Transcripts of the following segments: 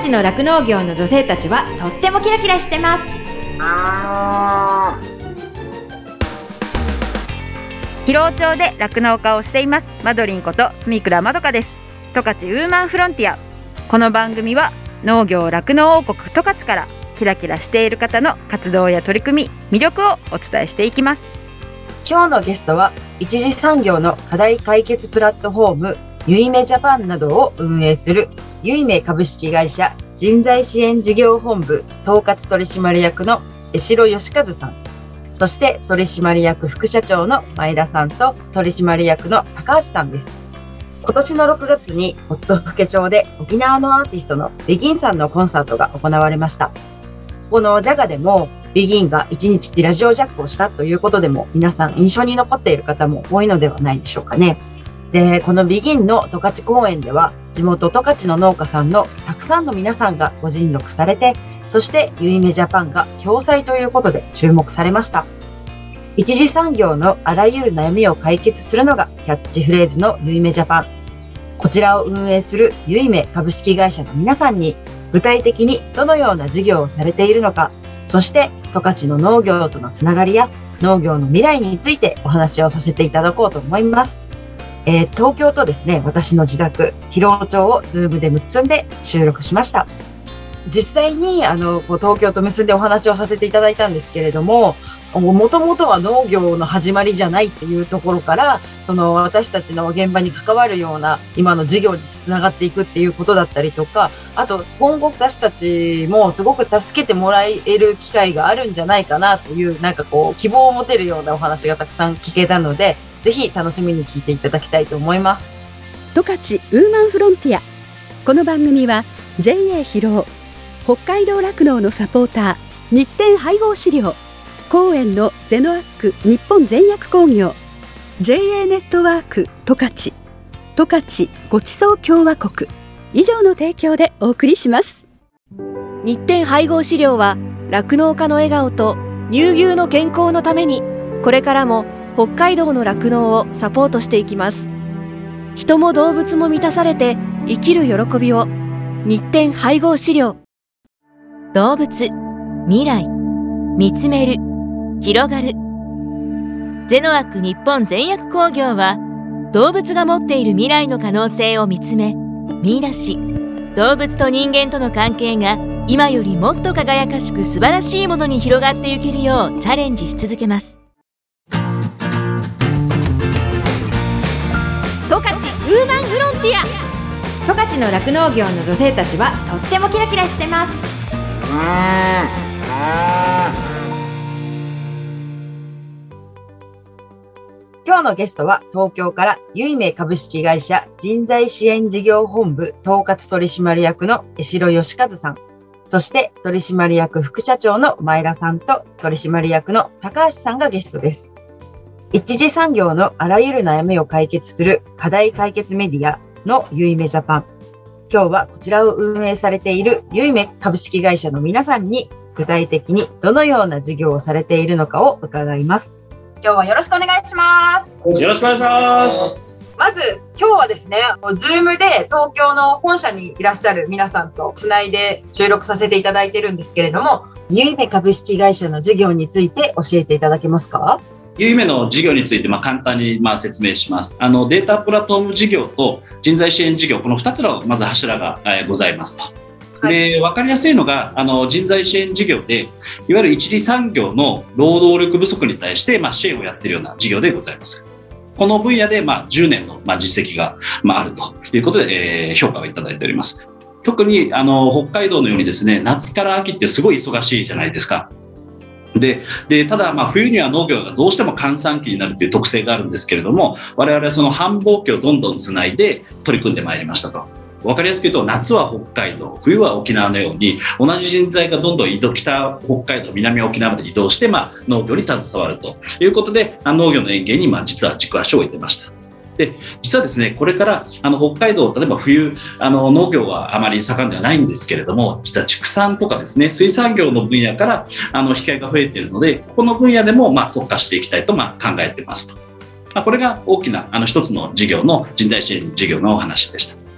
勝の酪農業の女性たちはとってもキラキラしてます。 広尾町で酪農家をしていますマドリンこと住倉まどかです。十勝ウーマンフロンティア。この番組は農業酪農王国十勝からキラキラしている方の活動や取り組み、魅力をお伝えしていきます。 今日のゲストは一次産業の課題解決プラットフォームゆいめジャパンなどを運営するゆいめ株式会社人材支援事業本部統括取締役の江代義和さん、そして取締役副社長の前田さんと取締役の高橋さんです。今年の6月に夫府町で沖縄のアーティストのビギンさんのコンサートが行われました。このジャガでもビギンが1日ラジオジャックをしたということでも皆さん印象に残っている方も多いのではないでしょうかね。で、このビギンの十勝公園では地元十勝の農家さんのたくさんの皆さんがご尽力されて、そしてゆいめジャパンが共催ということで注目されました。一次産業のあらゆる悩みを解決するのがキャッチフレーズのゆいめジャパン。こちらを運営するゆいめ株式会社の皆さんに具体的にどのような事業をされているのか、そして十勝の農業とのつながりや農業の未来についてお話をさせていただこうと思います。東京とですね、私の自宅広尾町をズームで結んで収録しました。実際に東京と結んでお話をさせていただいたんですけれども、もともとは農業の始まりじゃないっていうところから、私たちの現場に関わるような今の事業につながっていくっていうことだったりとか、あと今後私たちもすごく助けてもらえる機会があるんじゃないかなという、希望を持てるようなお話がたくさん聞けたので、ぜひ楽しみに聞いていただきたいと思います。 十勝ウーマンフロンティア。この番組は JA 広尾、北海道酪農のサポーター、日展配合飼料、公園のゼノアック日本全薬工業、 JA ネットワーク十勝、十勝ごちそう共和国以上の提供でお送りします。 日展配合飼料は酪農家の笑顔と乳牛の健康のために、これからも北海道の酪農をサポートしていきます。人も動物も満たされて生きる喜びを。日展配合飼料。 動物、未来、見つめる、広がる。ゼノアック日本全薬工業は、動物が持っている未来の可能性を見つめ、見出し、動物と人間との関係が今よりもっと輝かしく素晴らしいものに広がっていけるようチャレンジし続けます。 十勝ウーマンフロンティア。 十勝の酪農業の女性たちはとってもキラキラしてます。 今日のゲストは東京からゆいめ株式会社人材支援事業本部統括取締役の江代義和さん、そして取締役副社長の前田さんと取締役の高橋さんがゲストです。一次産業のあらゆる悩みを解決する課題解決メディアのゆいめジャパン。今日はこちらを運営されているゆいめ株式会社の皆さんに具体的にどのような事業をされているのかを伺います。今日はよろしくお願いします。 よろしくお願いします。 まず今日はですね、Zoom で東京の本社にいらっしゃる皆さんとつないで収録させていただいているんですけれども、ゆいめ株式会社の事業について教えていただけますか？ ゆいめの事業について簡単に説明します。データプラットフォーム事業と人材支援事業、この2つのまず柱がございますと。で、分かりやすいのが人材支援事業で、いわゆる一次産業の労働力不足に対して支援をやっているような事業でございます。この分野で10年の実績があるということで、評価をいただいております。特に北海道のようにですね、夏から秋ってすごい忙しいじゃないですか。でただ冬には農業がどうしても閑散期になるという特性があるんですけれども、我々はその繁忙期をどんどんつないで取り組んでまいりましたと。分かりやすく言うと、夏は北海道、冬は沖縄のように同じ人材がどんどん北北海道、南沖縄まで移動して、農業に携わるということで、農業の園芸に実は軸足を置いてました。で、実はですね、これから北海道、例えば冬農業はあまり盛んではないんですけれども、実は畜産とかですね、水産業の分野から機会が増えているので、ここの分野でも特化していきたいと考えてますと。これが大きな一つの事業の人材支援事業の話でした。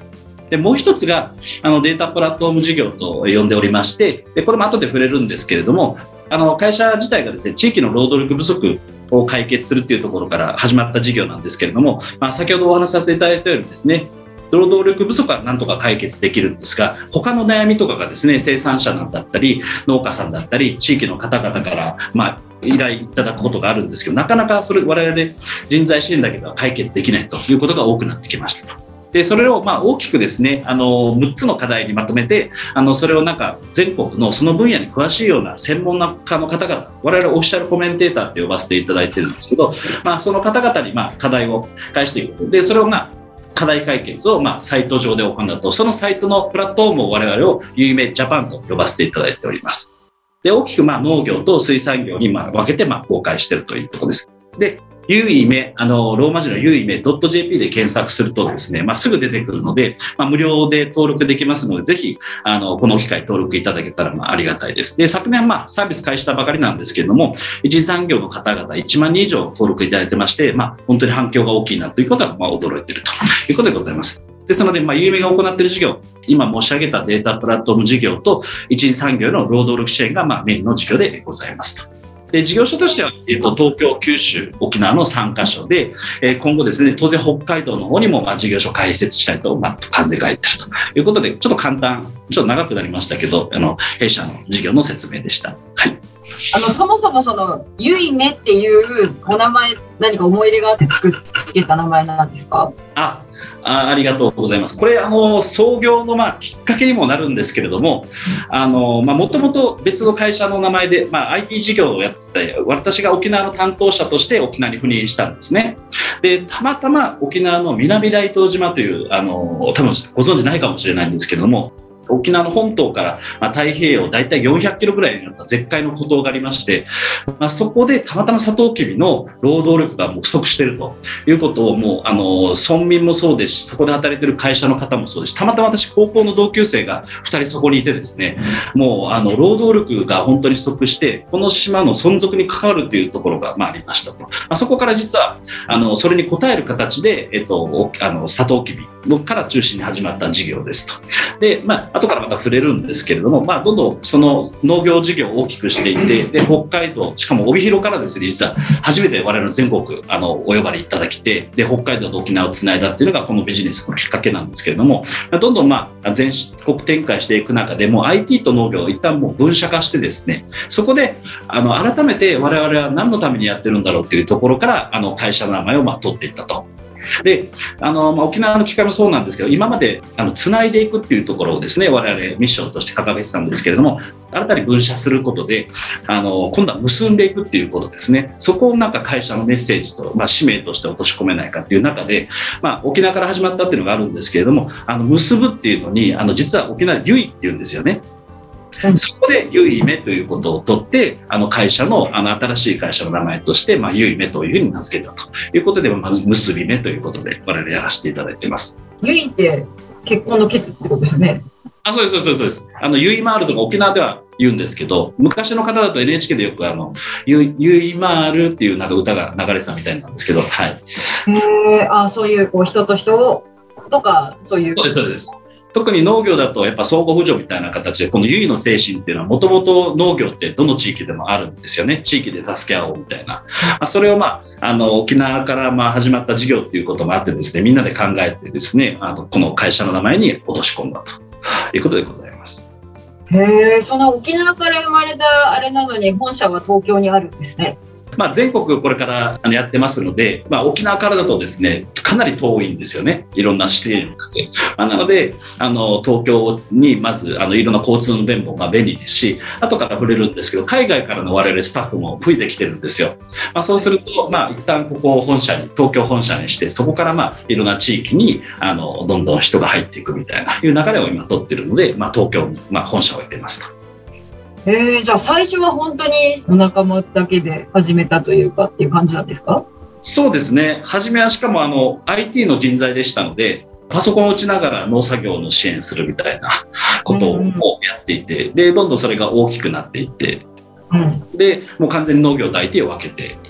でもう一つがデータプラットフォーム事業と呼んでおりまして、でこれも後で触れるんですけれども、会社自体がですね、地域の労働力不足を解決するというところから始まった事業なんですけれども、先ほどお話しさせていただいたようにですね、労働力不足はなんとか解決できるんですが、他の悩みとかがですね、生産者なんだったり農家さんだったり地域の方々から依頼いただくことがあるんですけど、なかなかそれ我々で人材支援だけでは解決できないということが多くなってきました。でそれを大きくですね、6つの課題にまとめて、それを全国のその分野に詳しいような専門家の方々、我々オフィシャルコメンテーターって呼ばせていただいてるんですけど、その方々に課題を返していくことで、それを課題解決をサイト上で行うと、そのサイトのプラットフォームを我々をゆいめジャパンと呼ばせていただいております。で大きく農業と水産業に分けて公開しているということです。でゆいめ、ローマ字のゆいめ .jp で検索するとですね、すぐ出てくるので、無料で登録できますので、ぜひこの機会登録いただけたらありがたいです。で昨年サービス開始したばかりなんですけれども、一次産業の方々1万人以上登録いただいてまして、本当に反響が大きいなということは驚いているということでございます。ですので、ゆいめが行っている事業、今申し上げたデータプラットフォーム事業と一次産業の労働力支援がメインの事業でございますと。で事業所としては、東京、九州、沖縄の3カ所で、今後ですね、当然北海道の方にも事業所開設したいと数で書いてあるということで、ちょっと簡単、ちょっと長くなりましたけど、弊社の事業の説明でした。はい。 そもそもそのゆいめっていうお名前、何か思い入れがあってつけた名前なんですか？ ありがとうございます。これ創業のきっかけにもなるんですけれども、もともと別の会社の名前で、IT 事業をやってて、私が沖縄の担当者として沖縄に赴任したんですね。でたまたま沖縄の南大東島という多分ご存知ないかもしれないんですけれども、沖縄の本島から太平洋だいたい400キロぐらいになった絶海の孤島がありまして、そこでたまたまサトウキビの労働力が不足しているということを、もう村民もそうですし、そこで働いている会社の方もそうですし、たまたま私高校の同級生が2人そこにいてですね、もう労働力が本当に不足して、この島の存続に関わるというところがありましたと。そこから実はそれに応える形で、サトウキビから中心に始まった事業ですと。で後からまた触れるんですけれども、どんどんその農業事業を大きくしていて、で北海道、しかも帯広からですね、実は初めて我々の全国お呼ばれいただきて、で北海道と沖縄をつないだっていうのがこのビジネスのきっかけなんですけれども、どんどん全国展開していく中でも IT と農業を一旦もう分社化してですね、そこで改めて我々は何のためにやってるんだろうっていうところから会社の名前を取っていったと。で沖縄の機会もそうなんですけど、今までつないでいくっていうところをですね、我々ミッションとして掲げてたんですけれども、新たに分社することで今度は結んでいくっていうことですね。そこを会社のメッセージと、使命として落とし込めないかっていう中で、沖縄から始まったっていうのがあるんですけれども、結ぶっていうのに実は沖縄ゆいっていうんですよね。そこでゆいめということを取って、会社の新しい会社の名前として、ゆいめというふうに名付けたということで、結びめということで我々やらせていただいています。 ゆいって結婚の結ってことですね。 そうです。ゆいまーるとか沖縄では言うんですけど、昔の方だと NHK でよくゆいまーるっていう歌が流れてたみたいなんですけど、はい。 そういう人と人とかそういう。 そうです。特に農業だとやっぱ相互扶助みたいな形で、このゆいの精神っていうのはもともと農業ってどの地域でもあるんですよね。地域で助け合おうみたいな、それを沖縄から始まった事業っていうこともあってですね、みんなで考えてですね、この会社の名前に落とし込んだということでございます。 その沖縄から生まれたあれなのに本社は東京にあるんですね。 全国これからやってますので、沖縄からだとですね、かなり遠いんですよね、いろんな指定の中で。なので東京にまずいろんな交通の便も便利ですし、後から触れるんですけど、海外からの我々スタッフも増えてきてるんですよ。そうすると一旦ここを東京本社にして、そこからいろんな地域にどんどん人が入っていくみたいないう流れを今取ってるので、東京に本社を置いてますと。 じゃあ最初は本当にお仲間だけで始めたというかっていう感じなんですか？ そうですね。初めはしかもIT の人材でしたので、パソコンを打ちながら農作業の支援するみたいなことをやっていて、でどんどんそれが大きくなっていって、でもう完全に農業と IT を分けて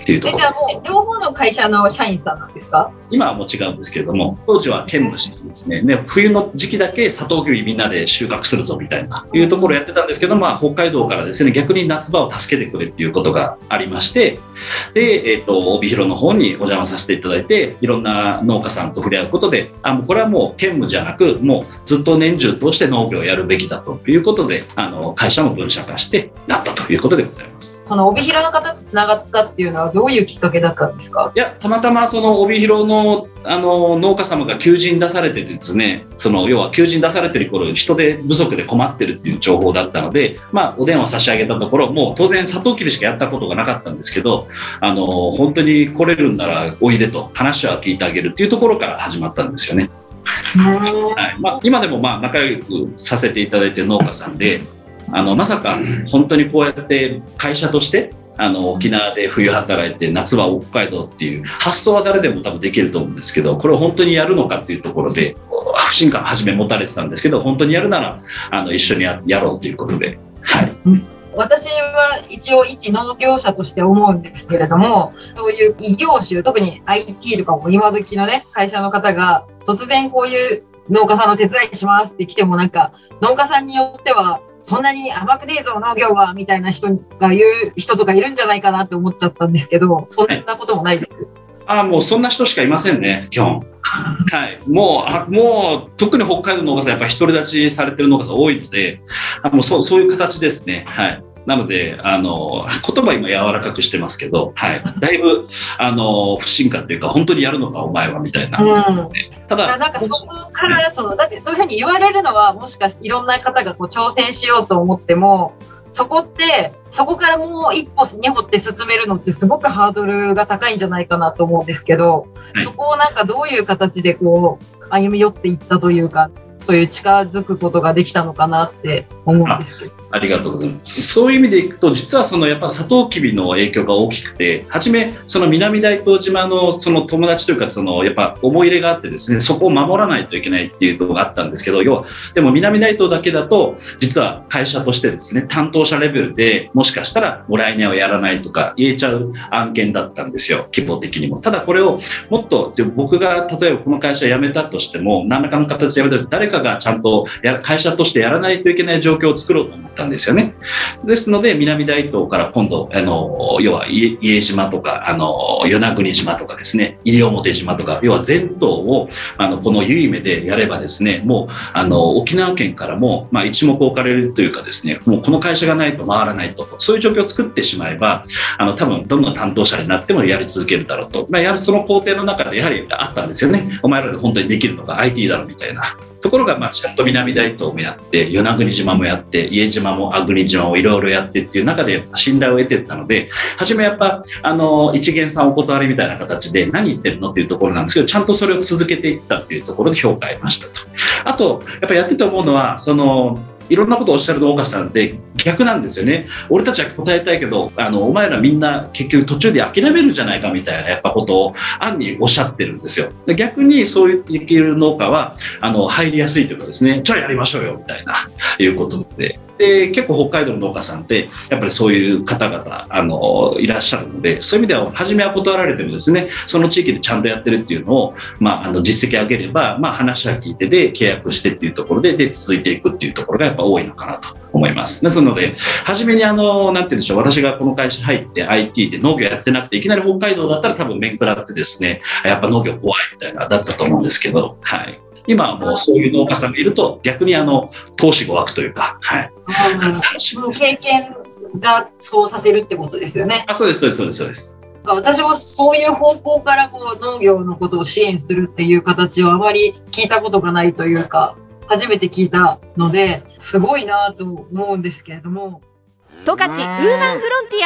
っていうところです。 じゃあもう両方の会社の社員さんなんですか？ 今はもう違うんですけれども、当時は兼務してですね、冬の時期だけサトウキビみんなで収穫するぞみたいないうところをやってたんですけど、北海道からですね、逆に夏場を助けてくれっていうことがありまして、で、帯広の方にお邪魔させていただいて、いろんな農家さんと触れ合うことで、もうこれはもう兼務じゃなく、もうずっと年中通して農業をやるべきだということで、会社も分社化してなったということでございます。 その帯広の方とつながったっていうのはどういうきっかけだったんですか？ いや、たまたまその帯広の農家様が求人出されててですね、要は求人出されてる頃人手不足で困ってるっていう情報だったので、お電話差し上げたところ、もう当然サトウキビしかやったことがなかったんですけど、本当に来れるんならおいでと話は聞いてあげるっていうところから始まったんですよね。はい、今でも仲良くさせていただいている農家さんで、まさか本当にこうやって会社として沖縄で冬働いて夏は北海道っていう発想は誰でも多分できると思うんですけど、これを本当にやるのかっていうところで不信感初め持たれてたんですけど、本当にやるなら一緒にやろうということで、はい。 私は一応一農業者として思うんですけれども、そういう異業種、特に IT とかも今時のね会社の方が突然こういう農家さんの手伝いしますって来ても、なんか農家さんによってはそんなに甘くねえぞ農業はみたいな人が言う人とかいるんじゃないかなって思っちゃったんですけど、そんなこともないです。 もうそんな人しかいませんね、基本。はい、もう特に北海道の農家さんやっぱり独り立ちされてる農家さん多いので、もうそういう形ですね。はい。なので言葉今柔らかくしてますけど、はい、だいぶ不信感というか、本当にやるのかお前はみたいな、ただなんかそこからだってそういうふうに言われるのは、もしかしていろんな方がこう挑戦しようと思っても、そこからもう一歩二歩って進めるのってすごくハードルが高いんじゃないかなと思うんですけど、はい、そこをなんかどういう形でこう歩み寄っていったというか、そういう近づくことができたのかなって思うんですけど。 ありがとうございます。そういう意味でいくと、実はやっぱサトウキビの影響が大きくて、はじめ南大東島の友達というかやっぱ思い入れがあってですね、そこを守らないといけないっていうのがあったんですけど、でも南大東だけだと実は会社としてですね、担当者レベルでもしかしたらもう来年はやらないとか言えちゃう案件だったんですよ、規模的にも。ただこれをもっと僕が例えばこの会社辞めたとしても、何らかの形で辞めたら誰かがちゃんと会社としてやらないといけない状況を作ろうと思ったんですよね。ですので南大東から今度要は伊江島とか与那国島とかですね、西表島とか、要は全島をこの結姫でやればですね、もう沖縄県からも一目置かれるというかですね、もうこの会社がないと回らないと、そういう状況を作ってしまえば多分どんどん担当者になってもやり続けるだろうと、やはりその工程の中でやはりあったんですよね。お前らで本当にできるのが IT だろみたいなところが、ちゃんと南大東もやって、与那国島もやって、伊江島も粟国島もいろいろやってっていう中で信頼を得ていったので、初めやっぱ一元さんお断りみたいな形で何言ってるのっていうところなんですけど、ちゃんとそれを続けていったっていうところで評価を得ましたと。あとやっぱやってて思うのは、いろんなことをおっしゃる農家さんで逆なんですよね。俺たちは答えたいけどお前らみんな結局途中で諦めるんじゃないかみたいなやっぱことを暗におっしゃってるんですよ。で逆にそういうできる農家は入りやすいというかですね、じゃあやりましょうよみたいないうことで。で結構北海道の農家さんってやっぱりそういう方々いらっしゃるので、そういう意味では初めは断られてもですね、その地域でちゃんとやってるっていうのを、実績上げれば、話は聞いてで契約してっていうところで続いていくっていうところがやっぱ多いのかなと思います。ですので初めになんて言うんでしょう、私がこの会社入って IT で農業やってなくていきなり北海道だったら多分面食らってですね、やっぱ農業怖いみたいなだったと思うんですけど、はい。今はもうそういう農家さんがいると逆に投資が湧くというか、はい、 楽しみです。経験がそうさせるってことですよね。 そうですそうですそうです。 私もそういう方向から農業のことを支援するっていう形をあまり聞いたことがないというか、初めて聞いたのですごいなと思うんですけれども。 十勝ウーマンフロンティ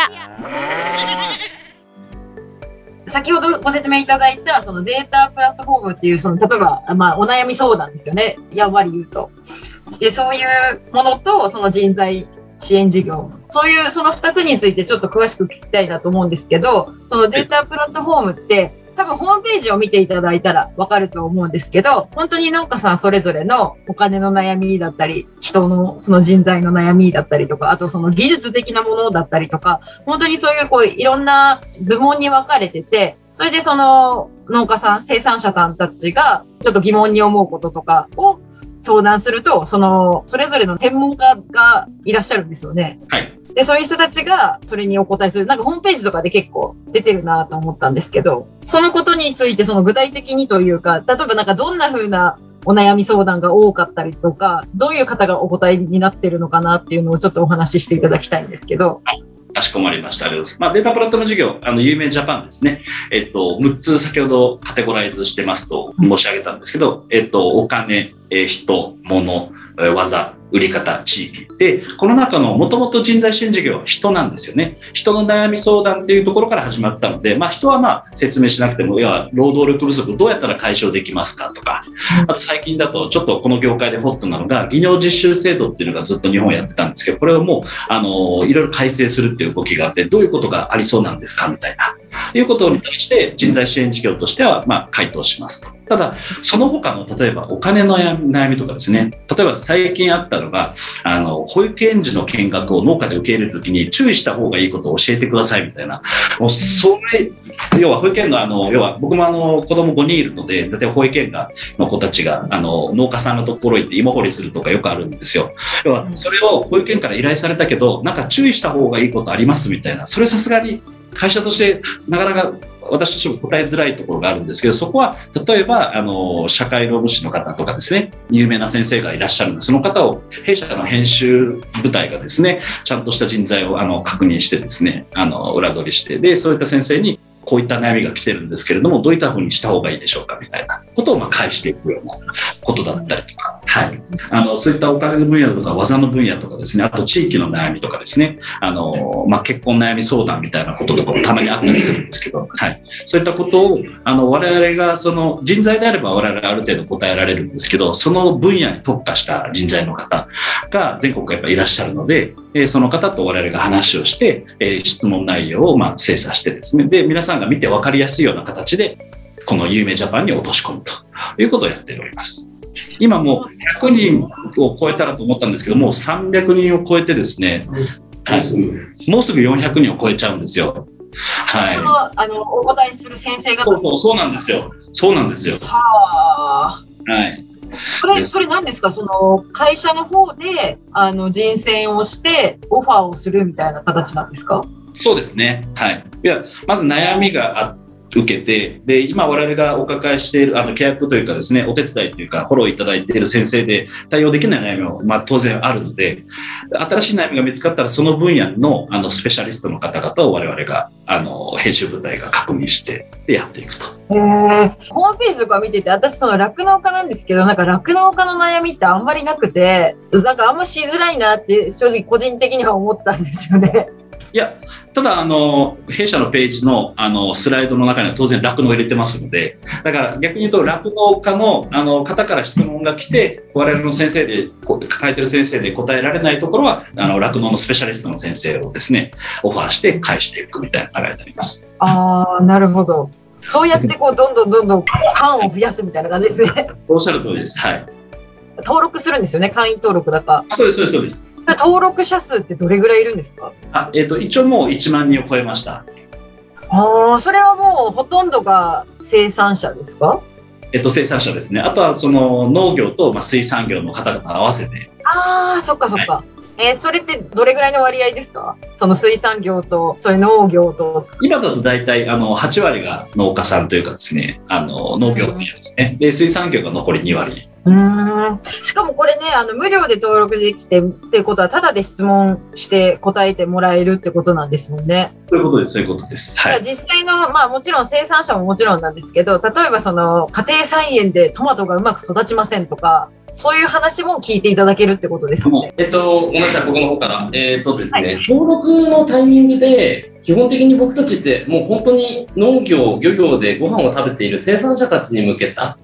ア。 先ほどご説明いただいたそのデータプラットフォームっていう例えば、お悩み相談ですよね、やんわり言うと。でそういうものとその人材支援事業、その2つについてちょっと詳しく聞きたいなと思うんですけど、そのデータプラットフォームって多分ホームページを見ていただいたらわかると思うんですけど、本当に農家さんそれぞれのお金の悩みだったり、人のその人材の悩みだったりとか、あとその技術的なものだったりとか、本当にそういういろんな部門に分かれてて、それでその農家さん、生産者さんたちがちょっと疑問に思うこととかを相談すると、それぞれの専門家がいらっしゃるんですよね。 はい。 で、そういう人たちがそれにお答えする。なんかホームページとかで結構出てるなと思ったんですけど、そのことについて具体的にというか、例えばなんかどんな風なお悩み相談が多かったりとか、どういう方がお答えになってるのかなっていうのをちょっとお話ししていただきたいんですけど。 かしこまりました。ありがとうございます。データプラットフォーム事業、有名ジャパンですね。6つ先ほどカテゴライズしてますと申し上げたんですけど、お金、人、物、技、売り方、地域。で、この中のもともと人材支援事業は人なんですよね。人の悩み相談っていうところから始まったので、人は説明しなくても、労働力不足どうやったら解消できますかとか、あと最近だとちょっとこの業界でホットなのが、技能実習制度っていうのがずっと日本やってたんですけど、これをもう、いろいろ改正するっていう動きがあって、どういうことがありそうなんですかみたいな。いうことに対して人材支援事業としては回答しますと。ただその他の例えばお金の悩みとかですね、例えば最近あったのが保育園児の見学を農家で受け入れるときに注意した方がいいことを教えてくださいみたいな、もうそれ要は保育園の要は僕も子供5人いるので、例えば保育園の子たちが農家さんのところ行って芋掘りするとかよくあるんですよ。要はそれを保育園から依頼されたけどなんか注意した方がいいことありますみたいな、それさすがに会社としてなかなか私としても答えづらいところがあるんですけど、そこは例えば社会労働士の方とかですね、有名な先生がいらっしゃるので、その方を弊社の編集部隊がですねちゃんとした人材を確認してですね裏取りして、でそういった先生にこういった悩みが来てるんですけれども、どういったふうにした方がいいでしょうかみたいなことを返していくようなことだったりとか、はい、そういったお金の分野とか技の分野とかですね、あと地域の悩みとかですね、結婚悩み相談みたいなこととかもたまにあったりするんですけど、はい、そういったことを我々が人材であれば我々ある程度答えられるんですけど、その分野に特化した人材の方が全国やっぱいらっしゃるので、その方と我々が話をして、質問内容を精査してですね、で皆さんが見て分かりやすいような形でこの有名ジャパンに落とし込むということをやっております。今もう100人を超えたらと思ったんですけど、もう300人を超えてですね、はい、もうすぐ400人を超えちゃうんですよ。はい、 お答えする先生方。 そうなんですよ。そうなんですよ。 はあ。はい。 それ何ですか、会社の方で人選をしてオファーをするみたいな形なんですか？ そうですね。はい。まず悩みが受けて、で今我々がお抱えしている契約というかですね、お手伝いというかフォローいただいている先生で対応できない悩みも当然あるので、新しい悩みが見つかったらその分野のスペシャリストの方々を我々が編集部隊が確認してやっていくと。 ホームページとか見てて、私酪農家なんですけど、なんか酪農家の悩みってあんまりなくて、なんかあんましづらいなって正直個人的には思ったんですよね。 いや、ただ弊社のページのスライドの中には当然酪農を入れてますので、だから逆に言うと酪農家の方から質問が来て、我々の先生で抱えてる先生で答えられないところは酪農のスペシャリストの先生をですねオファーして返していくみたいな流れになります。 なるほど。そうやってどんどんファンを増やすみたいな感じですね。 おっしゃる通りです。はい。 登録するんですよね、会員登録だから。 そうです。 登録者数ってどれぐらいいるんですか？ 一応もう1万人を超えました。 それはもうほとんどが生産者ですか？ 生産者ですね。あとは農業と水産業の方々合わせて。 そっか。はい、それってどれぐらいの割合ですか？その水産業とそれ農業と。今だと大体8割が農家さんというかですね、農業分野ですね。で水産業が残り2割。 しかもこれね、無料で登録できてってことは、ただで質問して答えてもらえるってことなんですもんね。 そういうことです。はい。 実際のもちろん生産者ももちろんなんですけど、例えば家庭菜園でトマトがうまく育ちませんとか、そういう話も聞いていただけるってことですかね。 ごめんなさい、僕の方からですね、はい、登録のタイミングで基本的に僕たちってもう本当に農業漁業でご飯を食べている生産者たちに向けた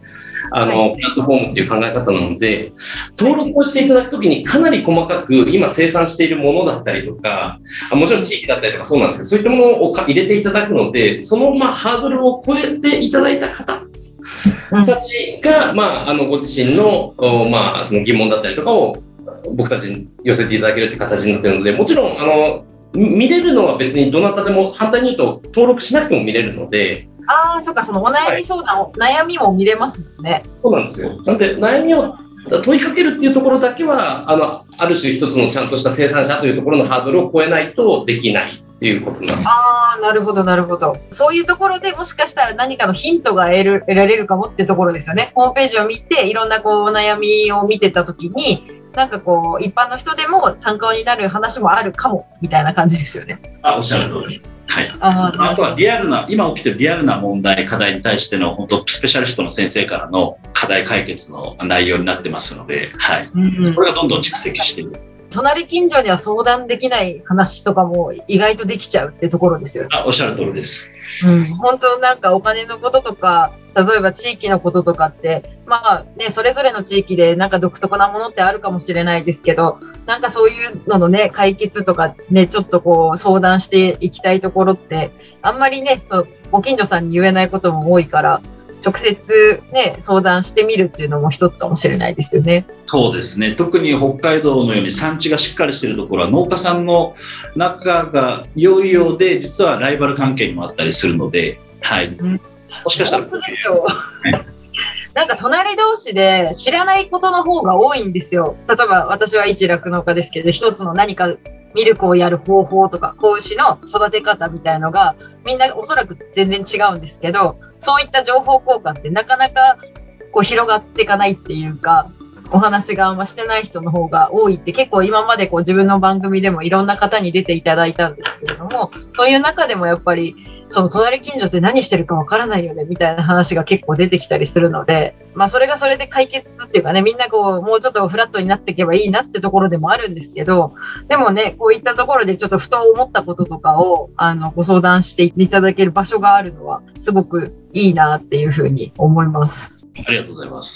プラットフォームっていう考え方なので、登録をしていただくときにかなり細かく今生産しているものだったりとか、もちろん地域だったりとかそうなんですけど、そういったものを入れていただくので、そのハードルを超えていただいた方たちが、ご自身の、その疑問だったりとかを僕たちに寄せていただけるって形になっているので、もちろん見れるのは別にどなたでも、反対に言うと登録しなくても見れるので。 そっか、そのお悩み相談、悩みも見れますもんね。 そうなんですよ。なので悩みを問いかけるっていうところだけはある種一つのちゃんとした生産者というところのハードルを超えないとできないっていうことなんです。 なるほどなるほど。そういうところでもしかしたら何かのヒントが得られるかもってところですよね。ホームページを見ていろんなお悩みを見てた時に、なんか一般の人でも参考になる話もあるかもみたいな感じですよね。 おっしゃる通りです。はい。あとは今起きてるリアルな問題、課題に対しての本当スペシャリストの先生からの課題解決の内容になってますので、はい。これがどんどん蓄積している。 隣近所には相談できない話とかも意外とできちゃうってところですよね。 おっしゃる通りです。 本当なんかお金のこととか、例えば地域のこととかって、それぞれの地域でなんか独特なものってあるかもしれないですけど、なんかそういうののね、解決とかね、ちょっと相談していきたいところって、あんまりね、ご近所さんに言えないことも多いから、直接ね、相談してみるっていうのも一つかもしれないですよね。 そうですね。特に北海道のように産地がしっかりしているところは農家さんの仲が良いようで、実はライバル関係にもあったりするので、はい。もしかしたら。本当ですよ。 なんか隣同士で知らないことの方が多いんですよ。例えば私は一酪農家ですけど、一つの何かミルクをやる方法とか、子牛の育て方みたいのが、みんなおそらく全然違うんですけど、そういった情報交換ってなかなか広がっていかないっていうか、お話があんましてない人の方が多いって結構今まで自分の番組でもいろんな方に出ていただいたんですけれども、そういう中でもやっぱりその隣近所って何してるかわからないよねみたいな話が結構出てきたりするので、それがそれで解決っていうかね、みんなもうちょっとフラットになっていけばいいなってところでもあるんですけど、でもね、こういったところでちょっとふと思ったこととかをご相談していただける場所があるのはすごくいいなっていうふうに思います。 ありがとうございます。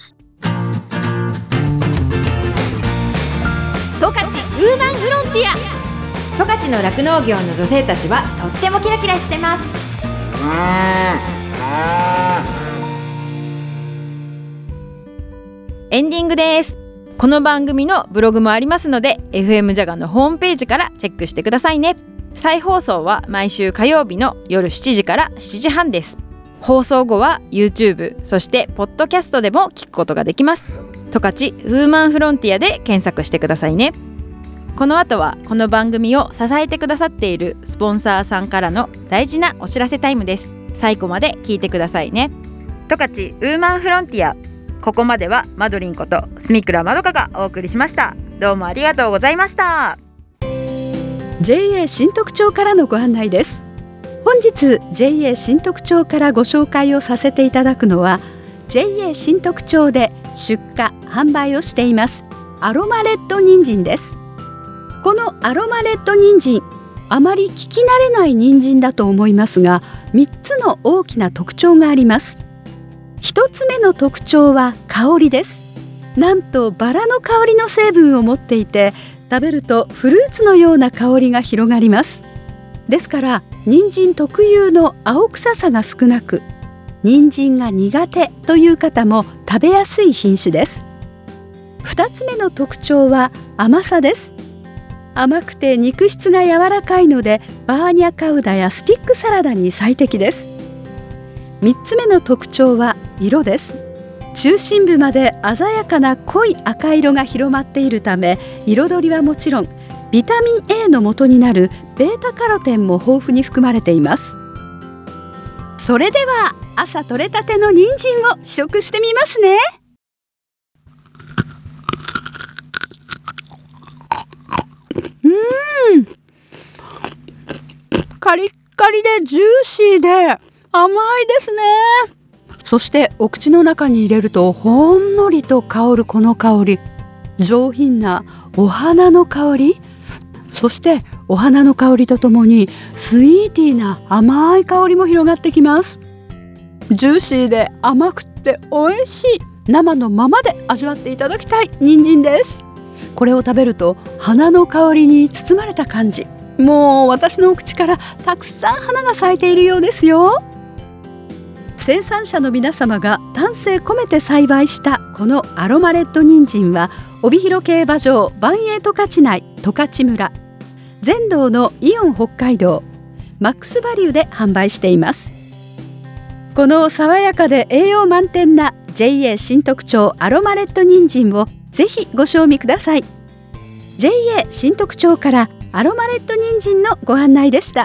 十勝ウーマンフロンティア。 十勝の酪農業の女性たちはとってもキラキラしてます。 エンディングです。この番組のブログもありますので FM ジャガのホームページからチェックしてくださいね。再放送は毎週火曜日の夜7時から7時半です。放送後は YouTube そしてポッドキャストでも聞くことができます。十勝ウーマンフロンティアで検索してくださいね。この後はこの番組を支えてくださっているスポンサーさんからの大事なお知らせタイムです。最後まで聞いてくださいね。十勝ウーマンフロンティア、ここまではマドリンこと住倉まどかがお送りしました。どうもありがとうございました。 JA 新徳町からのご案内です。本日 JA 新徳町からご紹介をさせていただくのは JA 新徳町で出荷販売をしていますアロマレッド人参です。このアロマレッド人参、あまり聞き慣れない人参だと思いますが、3つの大きな特徴があります。1つ目の特徴は香りです。なんとバラの香りの成分を持っていて、食べるとフルーツのような香りが広がります。ですから人参特有の青臭さが少なく、人参が苦手という方も食べやすい品種です。2つ目の特徴は甘さです。甘くて肉質が柔らかいのでバーニャカウダやスティックサラダに最適です。3つ目の特徴は色です。中心部まで鮮やかな濃い赤色が広まっているため、彩りはもちろんビタミン A の元になるベータカロテンも豊富に含まれています。それでは朝採れたての人参を試食してみますね。カリッカリでジューシーで甘いですね。そしてお口の中に入れるとほんのりと香るこの香り、上品なお花の香り、そしてお花の香りとともにスイーティーな甘い香りも広がってきます。ジューシーで甘くて美味しい生のままで味わっていただきたい人参です。これを食べると花の香りに包まれた感じ、もう私のお口からたくさん花が咲いているようですよ。生産者の皆様が丹精込めて栽培したこのアロマレッド人参は、帯広競馬場万栄十勝内十勝村、全道のイオン北海道、マックスバリューで販売しています。この爽やかで栄養満点な JA 新特徴アロマレッド人参をぜひご賞味ください。 JA 新特徴からアロマレッド人参のご案内でした。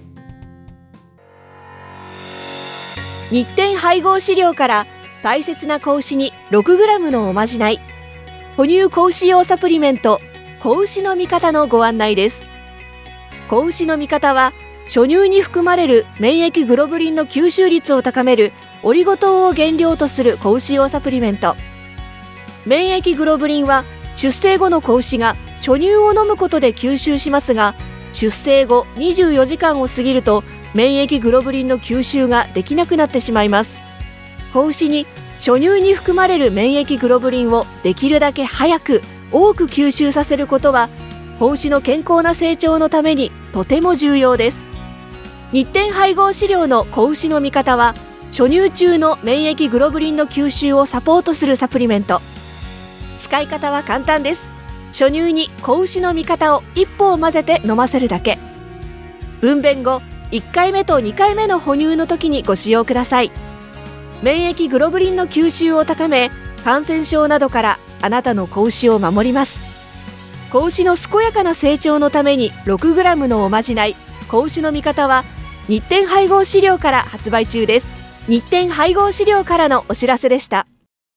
日展配合飼料から大切な子牛に 6g のおまじない、哺乳子牛用サプリメント子牛の味方のご案内です。子牛の味方は初乳に含まれる免疫グロブリンの吸収率を高めるオリゴ糖を原料とする子牛用サプリメント。免疫グロブリンは出生後の子牛が初乳を飲むことで吸収しますが、出生後24時間を過ぎると免疫グロブリンの吸収ができなくなってしまいます。子牛に初乳に含まれる免疫グロブリンをできるだけ早く多く吸収させることは、子牛の健康な成長のためにとても重要です。日展配合飼料の子牛の味方は、初乳中の免疫グロブリンの吸収をサポートするサプリメント。使い方は簡単です。初乳に子牛の味方を1本混ぜて飲ませるだけ。分娩後1回目と2回目の哺乳の時にご使用ください。免疫グロブリンの吸収を高め、感染症などからあなたの子牛を守ります。子牛の健やかな成長のために 6g のおまじない、子牛の味方は日展配合飼料から発売中です。日展配合飼料からのお知らせでした。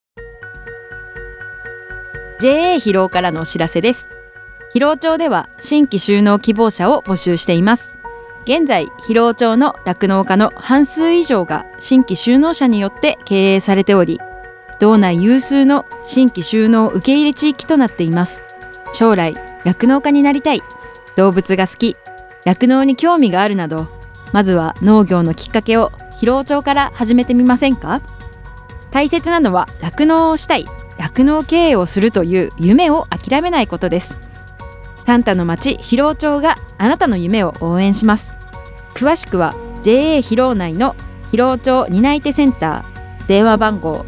JA 広尾からのお知らせです。広尾町では新規就農希望者を募集しています。現在広尾町の酪農家の半数以上が新規就農者によって経営されており、道内有数の新規就農受け入れ地域となっています。将来酪農家になりたい、動物が好き、酪農に興味があるなど、まずは農業のきっかけを広尾町から始めてみませんか？大切なのは酪農をしたい、酪農経営をするという夢を諦めないことです。サンタの町広尾町があなたの夢を応援します。詳しくは JA 広尾内の広尾町担い手センター、電話番号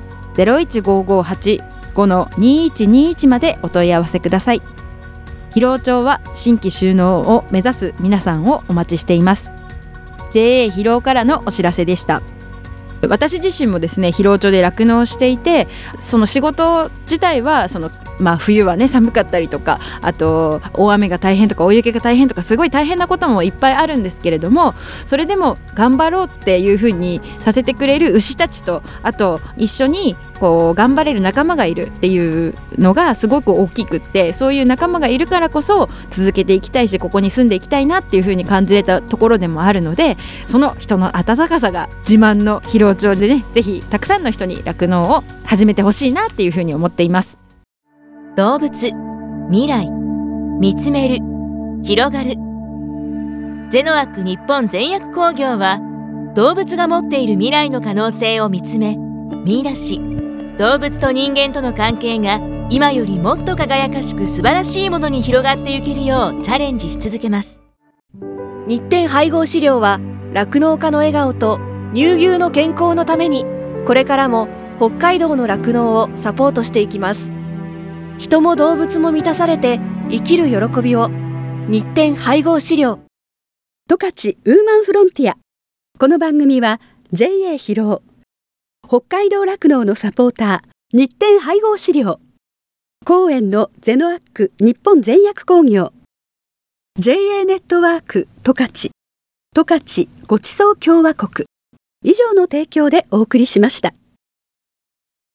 015585-2121 までお問い合わせください。広尾町は新規就農を目指す皆さんをお待ちしています。JA 広尾からのお知らせでした。私自身もですね、広尾町で酪農していて、その仕事自体は冬はね寒かったりとか、あと大雨が大変とか大雪が大変とか、すごい大変なこともいっぱいあるんですけれども、それでも頑張ろうっていう風にさせてくれる牛たちと、あと一緒に頑張れる仲間がいるっていうのがすごく大きくって、そういう仲間がいるからこそ続けていきたいし、ここに住んでいきたいなっていう風に感じれたところでもあるので、その人の温かさが自慢の広尾町でね、ぜひたくさんの人に酪農を始めてほしいなっていう風に思っています。 動物、未来、見つめる、広がる。ゼノアック日本全薬工業は、動物が持っている未来の可能性を見つめ、見出し、動物と人間との関係が今よりもっと輝かしく素晴らしいものに広がっていけるようチャレンジし続けます。 日展配合飼料は酪農家の笑顔と乳牛の健康のために、これからも北海道の酪農をサポートしていきます。人も動物も満たされて生きる喜びを。日展配合飼料。 十勝ウーマンフロンティア。この番組は JA 広尾、北海道酪農のサポーター日展配合飼料、公園のゼノアック日本全薬工業、 JA ネットワーク十勝、十勝ごちそう共和国以上の提供でお送りしました。